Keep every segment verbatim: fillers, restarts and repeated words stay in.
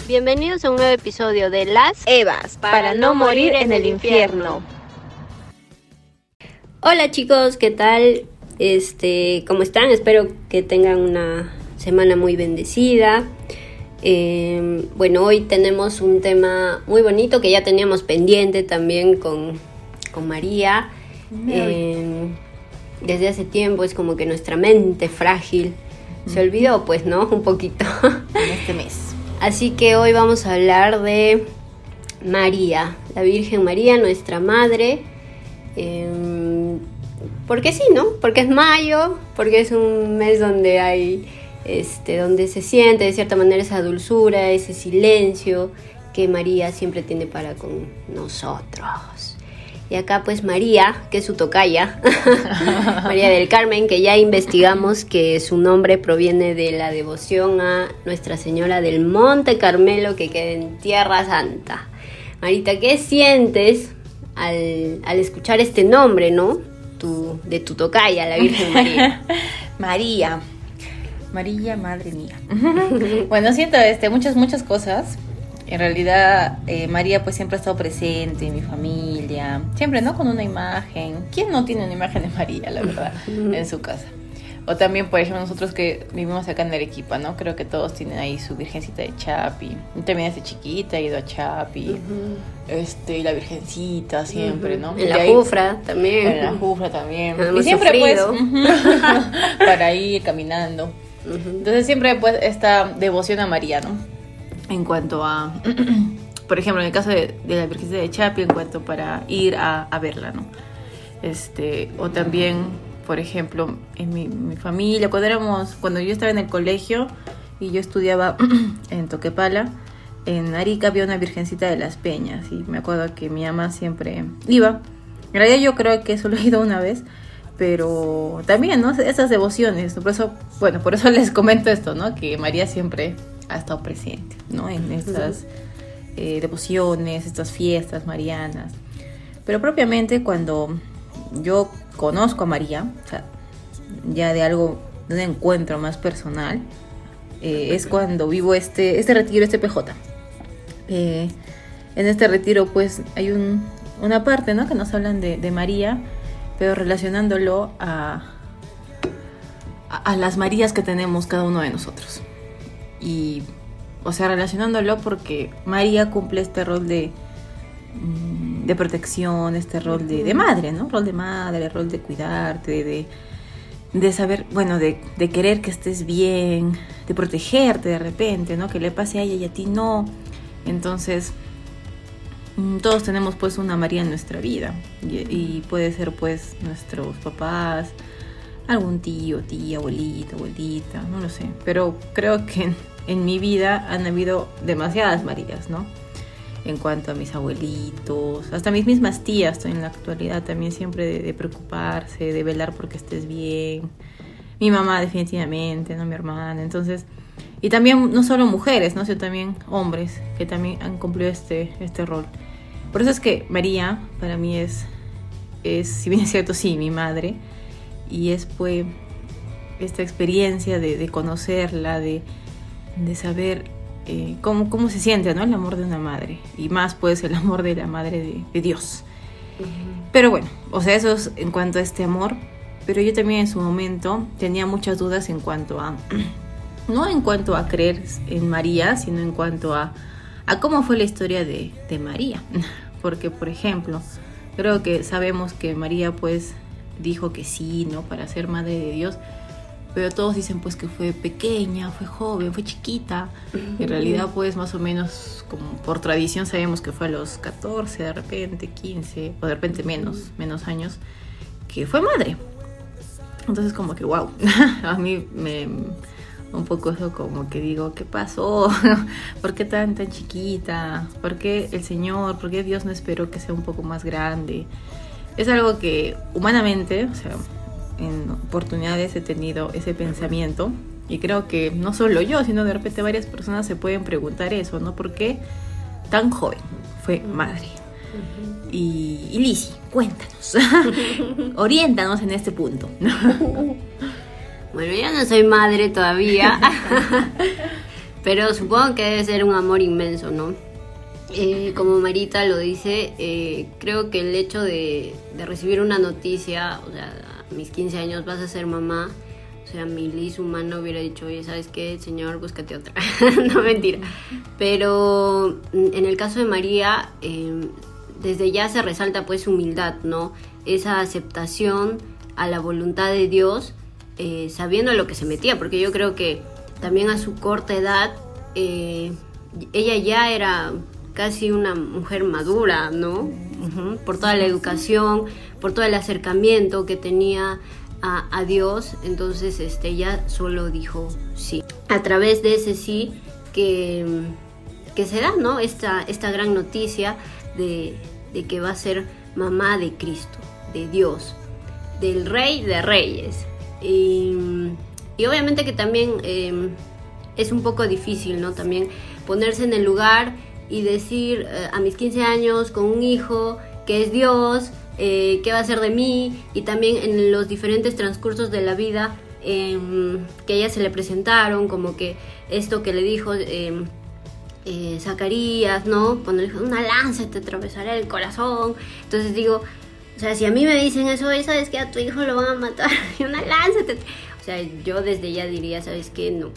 Bienvenidos a un nuevo episodio de Las Evas, para, para no morir en el infierno. Hola chicos, ¿qué tal? Este, ¿cómo están? Espero que tengan una semana muy bendecida. Eh, bueno, hoy tenemos un tema muy bonito que ya teníamos pendiente también con, con María. Eh, desde hace tiempo es como que nuestra mente frágil se olvidó, pues, ¿no? Un poquito. En este mes. Así que hoy vamos a hablar de María, la Virgen María, nuestra madre. Eh, porque sí, ¿no? Porque es mayo, porque es un mes donde hay, este, donde se siente de cierta manera esa dulzura, ese silencio que María siempre tiene para con nosotros. Y acá pues María, que es su tocaya, María del Carmen, que ya investigamos que su nombre proviene de la devoción a Nuestra Señora del Monte Carmelo, que queda en Tierra Santa. Marita, ¿qué sientes al, al escuchar este nombre, no? Tu, de tu tocaya, la Virgen María. María. María, madre mía. Bueno, siento este, muchas, muchas cosas. En realidad, eh, María pues siempre ha estado presente en mi familia, siempre, ¿no? Con una imagen. ¿Quién no tiene una imagen de María, la verdad, en su casa? O también, por ejemplo, nosotros que vivimos acá en Arequipa, ¿no? Creo que todos tienen ahí su virgencita de Chapi. Yo también desde chiquita he ido a Chapi. Uh-huh. Este, y la virgencita siempre, uh-huh. ¿no? En la Jufra también. En la Jufra también. Hemos y siempre sufrido. pues, uh-huh, para ir caminando. Uh-huh. Entonces siempre pues esta devoción a María, ¿no? En cuanto a, por ejemplo, en el caso de, de la Virgencita de Chapi, en cuanto para ir a, a verla, ¿no? Este, o también, por ejemplo, en mi, mi familia, cuando éramos, cuando yo estaba en el colegio y yo estudiaba en Toquepala, en Arica había una Virgencita de las Peñas y me acuerdo que mi mamá siempre iba. En realidad yo creo que solo he ido una vez, pero también, ¿no? Esas devociones, ¿no? Por eso, bueno, por eso les comento esto, ¿no? Que María siempre ha estado presente, ¿no? En estas eh, devociones, estas fiestas marianas. Pero propiamente cuando yo conozco a María, o sea, ya de algo, de un encuentro más personal, eh, es cuando vivo este, este retiro, este P J. Eh, en este retiro, pues, hay un, una parte, ¿no? Que nos hablan de, de María, pero relacionándolo a, a, a las Marías que tenemos cada uno de nosotros. Y, o sea, relacionándolo porque María cumple este rol de, de protección, este rol de, de madre, ¿no? Rol de madre, rol de cuidarte, de, de saber, bueno, de, de querer que estés bien, de protegerte de repente, ¿no? Que le pase a ella y a ti no. Entonces, todos tenemos pues una María en nuestra vida y, y puede ser pues nuestros papás, algún tío, tía, abuelita, abuelita, no lo sé. Pero creo que en, en mi vida han habido demasiadas Marías, ¿no? En cuanto a mis abuelitos, hasta mis mismas tías en la actualidad también siempre de, de preocuparse, de velar porque estés bien. Mi mamá definitivamente, ¿no? Mi hermana, entonces... Y también no solo mujeres, ¿no? Sino también hombres que también han cumplido este, este rol. Por eso es que María para mí es, es, si bien es cierto, sí, mi madre. Y es pues esta experiencia de, de conocerla, de, de saber eh, cómo, cómo se siente, ¿no? El amor de una madre. Y más pues el amor de la madre de, de Dios. Uh-huh. Pero bueno, o sea, eso es en cuanto a este amor. Pero yo también en su momento tenía muchas dudas en cuanto a... No en cuanto a creer en María, sino en cuanto a, a cómo fue la historia de, de María. Porque, por ejemplo, creo que sabemos que María pues dijo que sí, ¿no? Para ser madre de Dios. Pero todos dicen pues que fue pequeña, fue joven, fue chiquita. En realidad pues más o menos, como por tradición sabemos que fue a los catorce, de repente quince, o de repente menos, menos años, que fue madre. Entonces como que wow, a mí me... un poco eso como que digo, ¿qué pasó? ¿Por qué tan tan chiquita? ¿Por qué el Señor? ¿Por qué Dios no esperó que sea un poco más grande? Es algo que humanamente, o sea, en oportunidades he tenido ese pensamiento y creo que no solo yo, sino de repente varias personas se pueden preguntar eso, ¿no? ¿Por qué tan joven fue madre? Uh-huh. Y, y Lizzy, cuéntanos, oriéntanos en este punto. Bueno, yo no soy madre todavía, Pero supongo que debe ser un amor inmenso, ¿no? Eh, como Marita lo dice, eh, creo que el hecho de, de recibir una noticia, o sea, a mis quince años vas a ser mamá, o sea, mi Liz humano hubiera dicho, oye, ¿sabes qué, señor? Búscate otra. No, mentira. Pero en el caso de María, eh, desde ya se resalta pues humildad, ¿no? Esa aceptación a la voluntad de Dios, eh, sabiendo a lo que se metía, porque yo creo que también a su corta edad, eh, ella ya era casi una mujer madura, ¿no? Uh-huh. Por toda la educación, por todo el acercamiento que tenía a, a Dios, entonces este, ella solo dijo sí. A través de ese sí que, que se da, ¿no? Esta, esta gran noticia de, de que va a ser mamá de Cristo, de Dios, del Rey de Reyes. Y, y obviamente que también eh, es un poco difícil, ¿no? También ponerse en el lugar y decir eh, a mis quince años con un hijo que es Dios, eh, qué va a ser de mí, y también en los diferentes transcursos de la vida eh, que a ella se le presentaron, como que esto que le dijo eh, eh, Zacarías, ¿no? Cuando le dijo, una lanza te atravesará el corazón. Entonces digo, o sea, si a mí me dicen eso, ¿sabes qué? A tu hijo lo van a matar y una lanza te... O sea, yo desde ya diría, ¿sabes qué? No.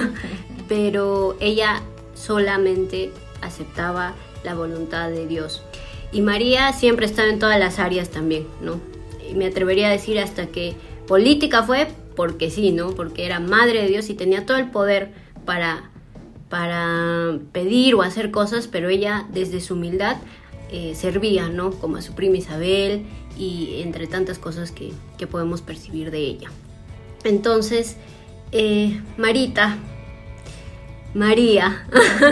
Pero ella solamente aceptaba la voluntad de Dios. Y María siempre estaba en todas las áreas también, ¿no? Y me atrevería a decir hasta que política fue porque sí, ¿no? Porque era madre de Dios y tenía todo el poder para, para pedir o hacer cosas, pero ella desde su humildad eh, servía, ¿no? Como a su prima Isabel y entre tantas cosas que, que podemos percibir de ella. Entonces, eh, Marita, María,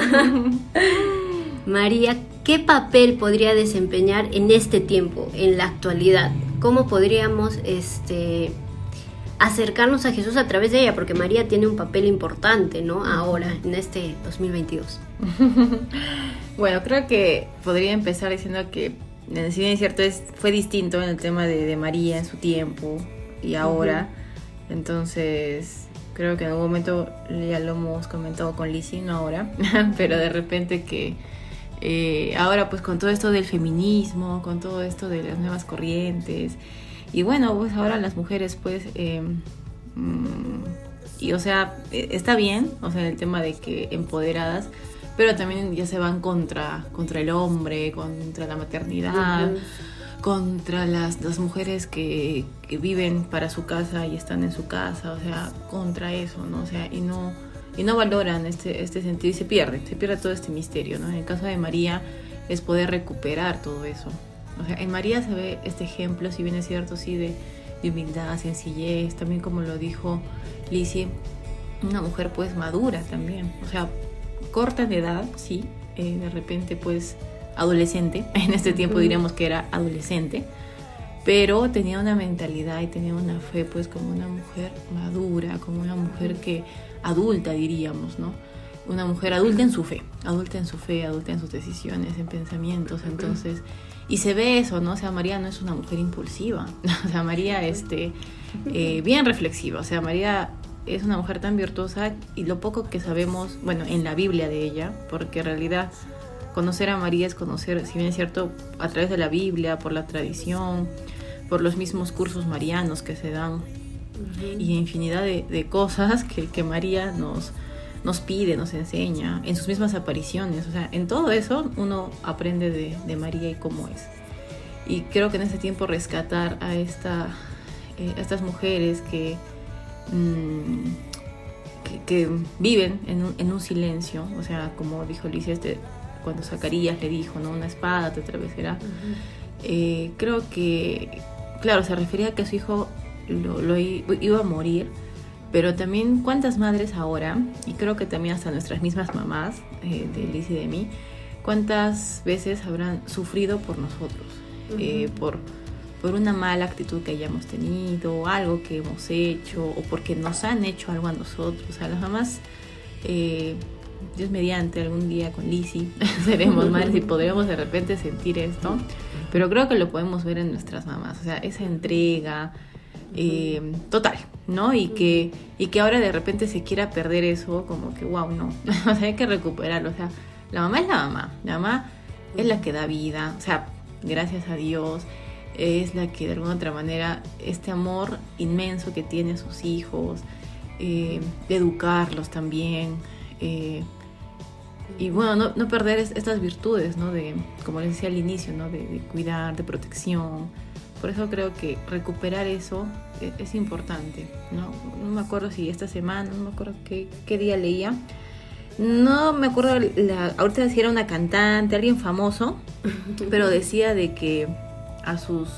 María, ¿qué papel podría desempeñar en este tiempo, en la actualidad? ¿Cómo podríamos este, acercarnos a Jesús a través de ella? Porque María tiene un papel importante, ¿no? Ahora, en este dos mil veintidós. Bueno, creo que podría empezar diciendo que, si bien es cierto, es, fue distinto en el tema de, de María en su tiempo y ahora. Uh-huh. Entonces, creo que en algún momento ya lo hemos comentado con Lizzie, no ahora, pero de repente que eh, ahora pues con todo esto del feminismo, con todo esto de las nuevas corrientes, y bueno, pues ahora las mujeres pues, eh, mmm, y o sea, está bien, o sea, el tema de que empoderadas, pero también ya se van contra, contra el hombre, contra la maternidad, uh-huh. contra las, las mujeres que, que viven para su casa y están en su casa, o sea, contra eso, ¿no? O sea, y no, y no valoran este, este sentido y se pierde, se pierde todo este misterio, ¿no? En el caso de María es poder recuperar todo eso. O sea, en María se ve este ejemplo, si bien es cierto, sí, de, de humildad, sencillez, también como lo dijo Lizzie, una mujer pues madura también, o sea, corta de edad, sí, eh, de repente pues adolescente, en este tiempo diríamos que era adolescente, pero tenía una mentalidad y tenía una fe pues como una mujer madura, como una mujer que adulta diríamos, ¿no? Una mujer adulta en su fe, adulta en su fe, adulta en sus decisiones, en pensamientos, entonces, y se ve eso, ¿no? O sea, María no es una mujer impulsiva, o sea, María este, eh, bien reflexiva, o sea, María es una mujer tan virtuosa y lo poco que sabemos, bueno, en la Biblia de ella, porque en realidad conocer a María es conocer, si bien es cierto, a través de la Biblia, por la tradición, por los mismos cursos marianos que se dan, uh-huh. y infinidad de, de cosas que, que María nos, nos pide, nos enseña, en sus mismas apariciones. O sea, en todo eso uno aprende de, de María y cómo es. Y creo que en este tiempo rescatar a, esta, eh, a estas mujeres que, mmm, que, que viven en un, en un silencio, o sea, como dijo Luis, este... cuando Zacarías le dijo, ¿no? Una espada te atravesará. Uh-huh. Eh, creo que, claro, se refería a que su hijo lo, lo iba a morir, pero también cuántas madres ahora, y creo que también hasta nuestras mismas mamás, eh, de Liz y de mí, cuántas veces habrán sufrido por nosotros, uh-huh. eh, por, por una mala actitud que hayamos tenido, algo que hemos hecho, o porque nos han hecho algo a nosotros. O sea, las mamás... Eh, Dios mediante, algún día con Lizzie seremos madres y podremos de repente sentir esto, pero creo que lo podemos ver en nuestras mamás, o sea, esa entrega, eh, total, ¿no? Y que, y que ahora de repente se quiera perder eso, como que, wow, no, o sea, hay que recuperarlo. O sea, la mamá es la mamá, la mamá es la que da vida, o sea, gracias a Dios, es la que de alguna otra manera, este amor inmenso que tiene a sus hijos, eh, de educarlos también, eh, y bueno, no, no perder es, estas virtudes, ¿no? De, como les decía al inicio, ¿no? De, de cuidar, de protección. Por eso creo que recuperar eso es, es importante, ¿no? No me acuerdo si esta semana, no me acuerdo qué, qué día leía. No me acuerdo, la, ahorita si era una cantante, alguien famoso, pero decía de que a sus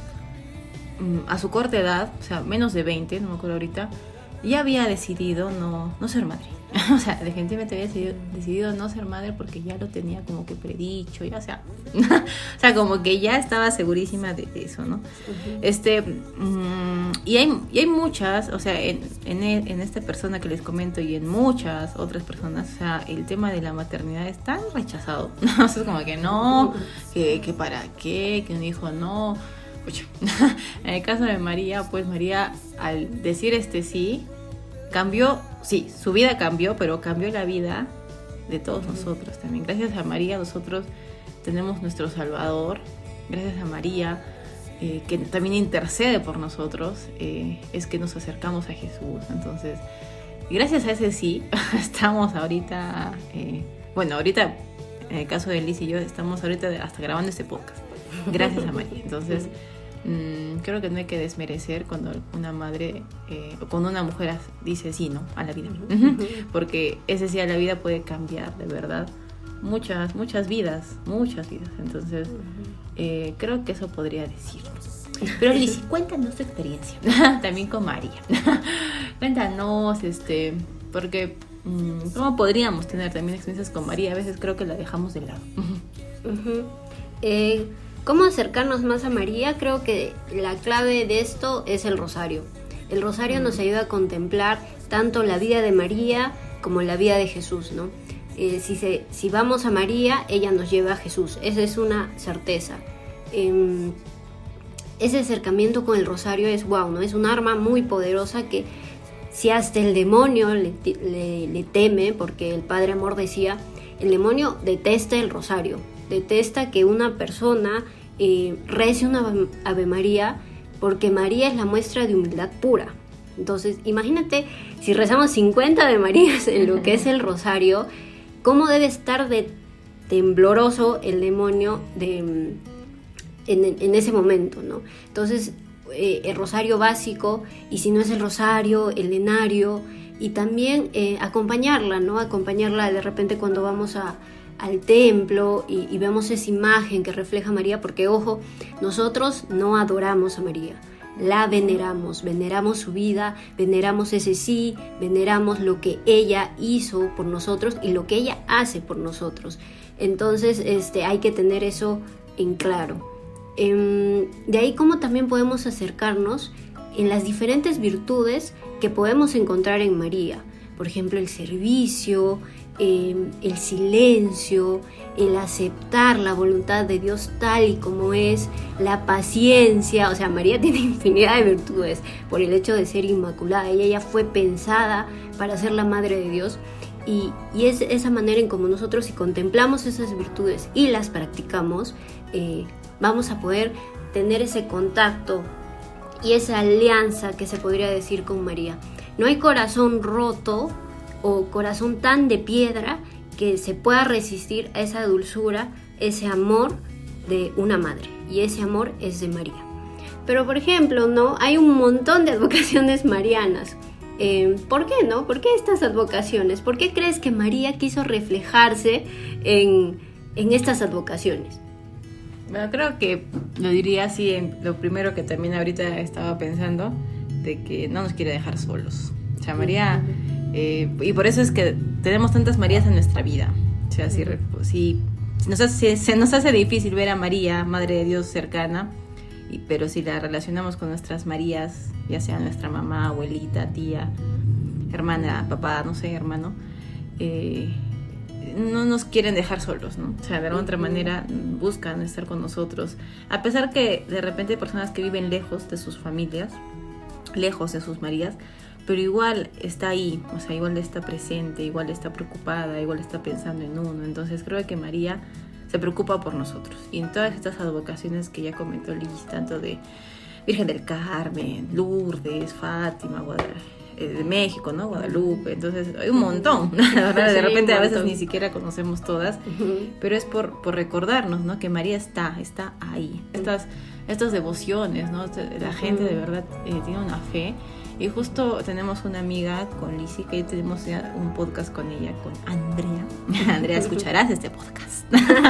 a su corta edad, o sea, menos de veinte, no me acuerdo ahorita, ya había decidido no, no ser madre. O sea, definitivamente había decidido, decidido no ser madre porque ya lo tenía como que predicho, ya, o sea, o sea, como que ya estaba segurísima de eso, ¿no? Uh-huh. Este, um, y, hay, y hay muchas, o sea, en, en, en esta persona que les comento y en muchas otras personas, o sea, el tema de la maternidad es tan rechazado, ¿no? O sea, es como que no, que, que para qué, que un hijo no. Oye, en el caso de María, pues María, al decir este sí, cambió, sí, su vida cambió, pero cambió la vida de todos nosotros también. Gracias a María nosotros tenemos nuestro Salvador, gracias a María, eh, que también intercede por nosotros, eh, es que nos acercamos a Jesús. Entonces, gracias a ese sí, estamos ahorita, eh, bueno, ahorita, en el caso de Liz y yo, estamos ahorita hasta grabando este podcast, gracias a María. Entonces, Mm, creo que no hay que desmerecer cuando una madre eh, o cuando una mujer dice sí, ¿no? A la vida. Uh-huh. Porque ese sí a la vida puede cambiar, de verdad, muchas, muchas vidas, muchas vidas. Entonces, eh, creo que eso podría decirlo. Pero Lizy, cuéntanos tu experiencia. También con María. Cuéntanos, este, porque mm, ¿cómo podríamos tener también experiencias con María? A veces creo que la dejamos de lado. Uh-huh. Eh... ¿Cómo acercarnos más a María? Creo que la clave de esto es el rosario. El rosario nos ayuda a contemplar tanto la vida de María como la vida de Jesús, ¿no? Eh, si, se, si vamos a María, ella nos lleva a Jesús. Esa es una certeza. Eh, ese acercamiento con el rosario es wow, ¿no? Es un arma muy poderosa que si hasta el demonio le, le, le teme, porque el Padre Amor decía, el demonio detesta el rosario. Detesta que una persona eh, rece una Ave María, porque María es la muestra de humildad pura. Entonces, imagínate, si rezamos cincuenta Ave Marías en lo que es el rosario, ¿cómo debe estar de tembloroso el demonio de, en, en ese momento, ¿no? Entonces, eh, el rosario básico, y si no es el rosario, el denario, y también eh, acompañarla, ¿no? Acompañarla de repente cuando vamos a al templo y, y vemos esa imagen que refleja a María, porque ojo, nosotros no adoramos a María, la veneramos, veneramos su vida, veneramos ese sí, veneramos lo que ella hizo por nosotros y lo que ella hace por nosotros. Entonces este, hay que tener eso en claro. Eh, de ahí como también podemos acercarnos en las diferentes virtudes que podemos encontrar en María, por ejemplo el servicio, Eh, el silencio, el aceptar la voluntad de Dios tal y como es, la paciencia. O sea, María tiene infinidad de virtudes por el hecho de ser inmaculada. Ella ya fue pensada para ser la madre de Dios, y, y es esa manera en como nosotros, si contemplamos esas virtudes y las practicamos, eh, vamos a poder tener ese contacto y esa alianza que se podría decir con María. No hay corazón roto o corazón tan de piedra que se pueda resistir a esa dulzura, ese amor de una madre, y ese amor es de María. Pero por ejemplo, ¿no? Hay un montón de advocaciones marianas. Eh, ¿Por qué no? ¿Por qué estas advocaciones? ¿Por qué crees que María quiso reflejarse en, en estas advocaciones? Bueno, creo que lo diría así, en lo primero que también ahorita estaba pensando, de que no nos quiere dejar solos. O sea, María... Eh, y por eso es que tenemos tantas Marías en nuestra vida. O sea, si, si, si nos hace, se nos hace difícil ver a María, Madre de Dios, cercana, y, pero si la relacionamos con nuestras Marías, ya sea nuestra mamá, abuelita, tía, hermana, papá, no sé, hermano, eh, no nos quieren dejar solos, ¿no? O sea, de alguna otra manera buscan estar con nosotros. A pesar que de repente hay personas que viven lejos de sus familias, lejos de sus Marías, pero igual está ahí, o sea, igual está presente, igual está preocupada, igual está pensando en uno. Entonces creo que María se preocupa por nosotros. Y en todas estas advocaciones que ya comentó Liz, tanto de Virgen del Carmen, Lourdes, Fátima, Guadalupe, eh, de México, ¿no? Guadalupe, entonces hay un montón, la verdad, de repente a veces ni siquiera conocemos todas, uh-huh. pero es por, por recordarnos, ¿no? Que María está, está ahí. Estas, estas devociones, ¿no? La gente de verdad eh, tiene una fe. Y justo tenemos una amiga con Lizzy, que tenemos ya un podcast con ella, con Andrea. Andrea, escucharás este podcast.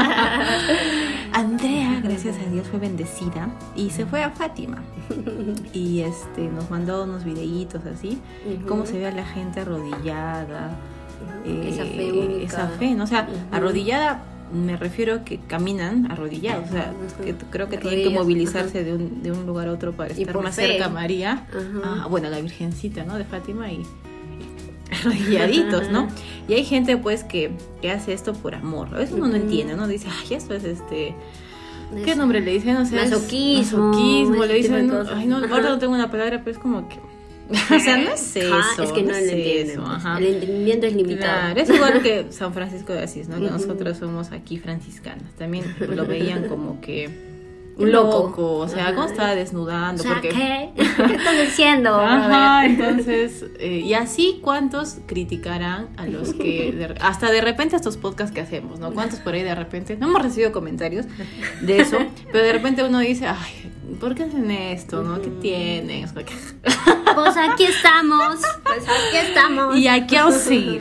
Andrea, gracias a Dios, fue bendecida y se fue a Fátima. Y este nos mandó unos videitos así, uh-huh. cómo se ve a la gente arrodillada. Uh-huh. Eh, esa fe única. Esa fe, ¿no? O sea, uh-huh. arrodillada, me refiero a que caminan arrodillados, o sea, que creo que tienen que movilizarse de un, de un lugar a otro para estar más fe. cerca a María, ah, bueno, la Virgencita, ¿no? De Fátima, y, y arrodilladitos, ¿no? Y hay gente pues que, que hace esto por amor, a veces uno no entiende, ¿no? Dice, ay, esto es este... ¿Qué es, nombre le dicen? O sea, masoquismo. Masoquismo, le dicen, no, ay, no, ahora no tengo una palabra, pero es como que... O sea, no es eso. Ah, es que no, no lo entienden. El entendimiento es limitado. Claro, es igual que San Francisco de Asís, ¿no? Que uh-huh. nosotros somos aquí franciscanos. También lo veían como que un loco. loco o sea, uh-huh. ¿cómo estaba desnudando? O sea, porque... ¿qué? ¿Qué estás diciendo? Ajá, entonces, eh, y así, ¿cuántos criticarán a los que, de, hasta de repente estos podcasts que hacemos, ¿no? ¿Cuántos por ahí de repente? No hemos recibido comentarios de eso, pero de repente uno dice, ay, ¿por qué hacen esto, no? ¿Qué tienen? Pues aquí estamos, pues aquí estamos. Y aquí vamos a seguir.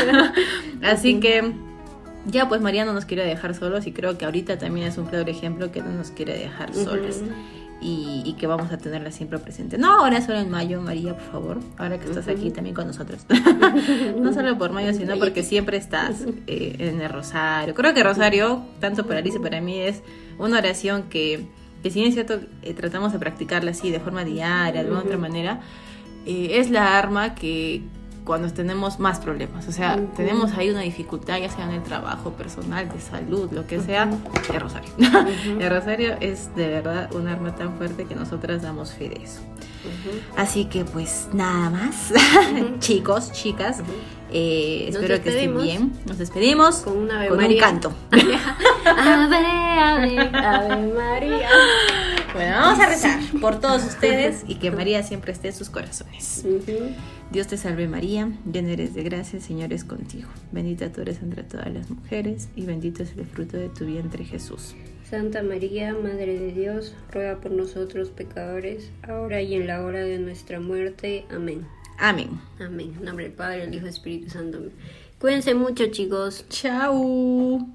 Así que, ya pues María no nos quiere dejar solos, y creo que ahorita también es un claro ejemplo que no nos quiere dejar solas. Uh-huh. y, y que vamos a tenerla siempre presente. No ahora solo en mayo, María, por favor, ahora que estás uh-huh. aquí también con nosotros. No solo por mayo, sino porque siempre estás eh, en el rosario. Creo que rosario, tanto para Alicia y para mí, es una oración que... que si bien es cierto, eh, tratamos de practicarla así de forma diaria, de alguna uh-huh. otra manera, eh, es la arma que cuando tenemos más problemas, o sea, uh-huh. tenemos ahí una dificultad, ya sea en el trabajo personal, de salud, lo que uh-huh. sea, el rosario. Uh-huh. El rosario es de verdad un arma tan fuerte que nosotras damos fe de eso. Uh-huh. Así que pues nada más, uh-huh. chicos, chicas, uh-huh. eh, espero que estén bien. Nos despedimos con, una con un canto. Ave, ave, ave María. Bueno, vamos a rezar por todos ustedes y que María siempre esté en sus corazones. Uh-huh. Dios te salve María, llena eres de gracia, el Señor es contigo. Bendita tú eres entre todas las mujeres y bendito es el fruto de tu vientre, Jesús. Santa María, Madre de Dios, ruega por nosotros pecadores, ahora y en la hora de nuestra muerte. Amén. Amén. Amén. En nombre del Padre, del Hijo y del Espíritu Santo. Cuídense mucho, chicos. Chao.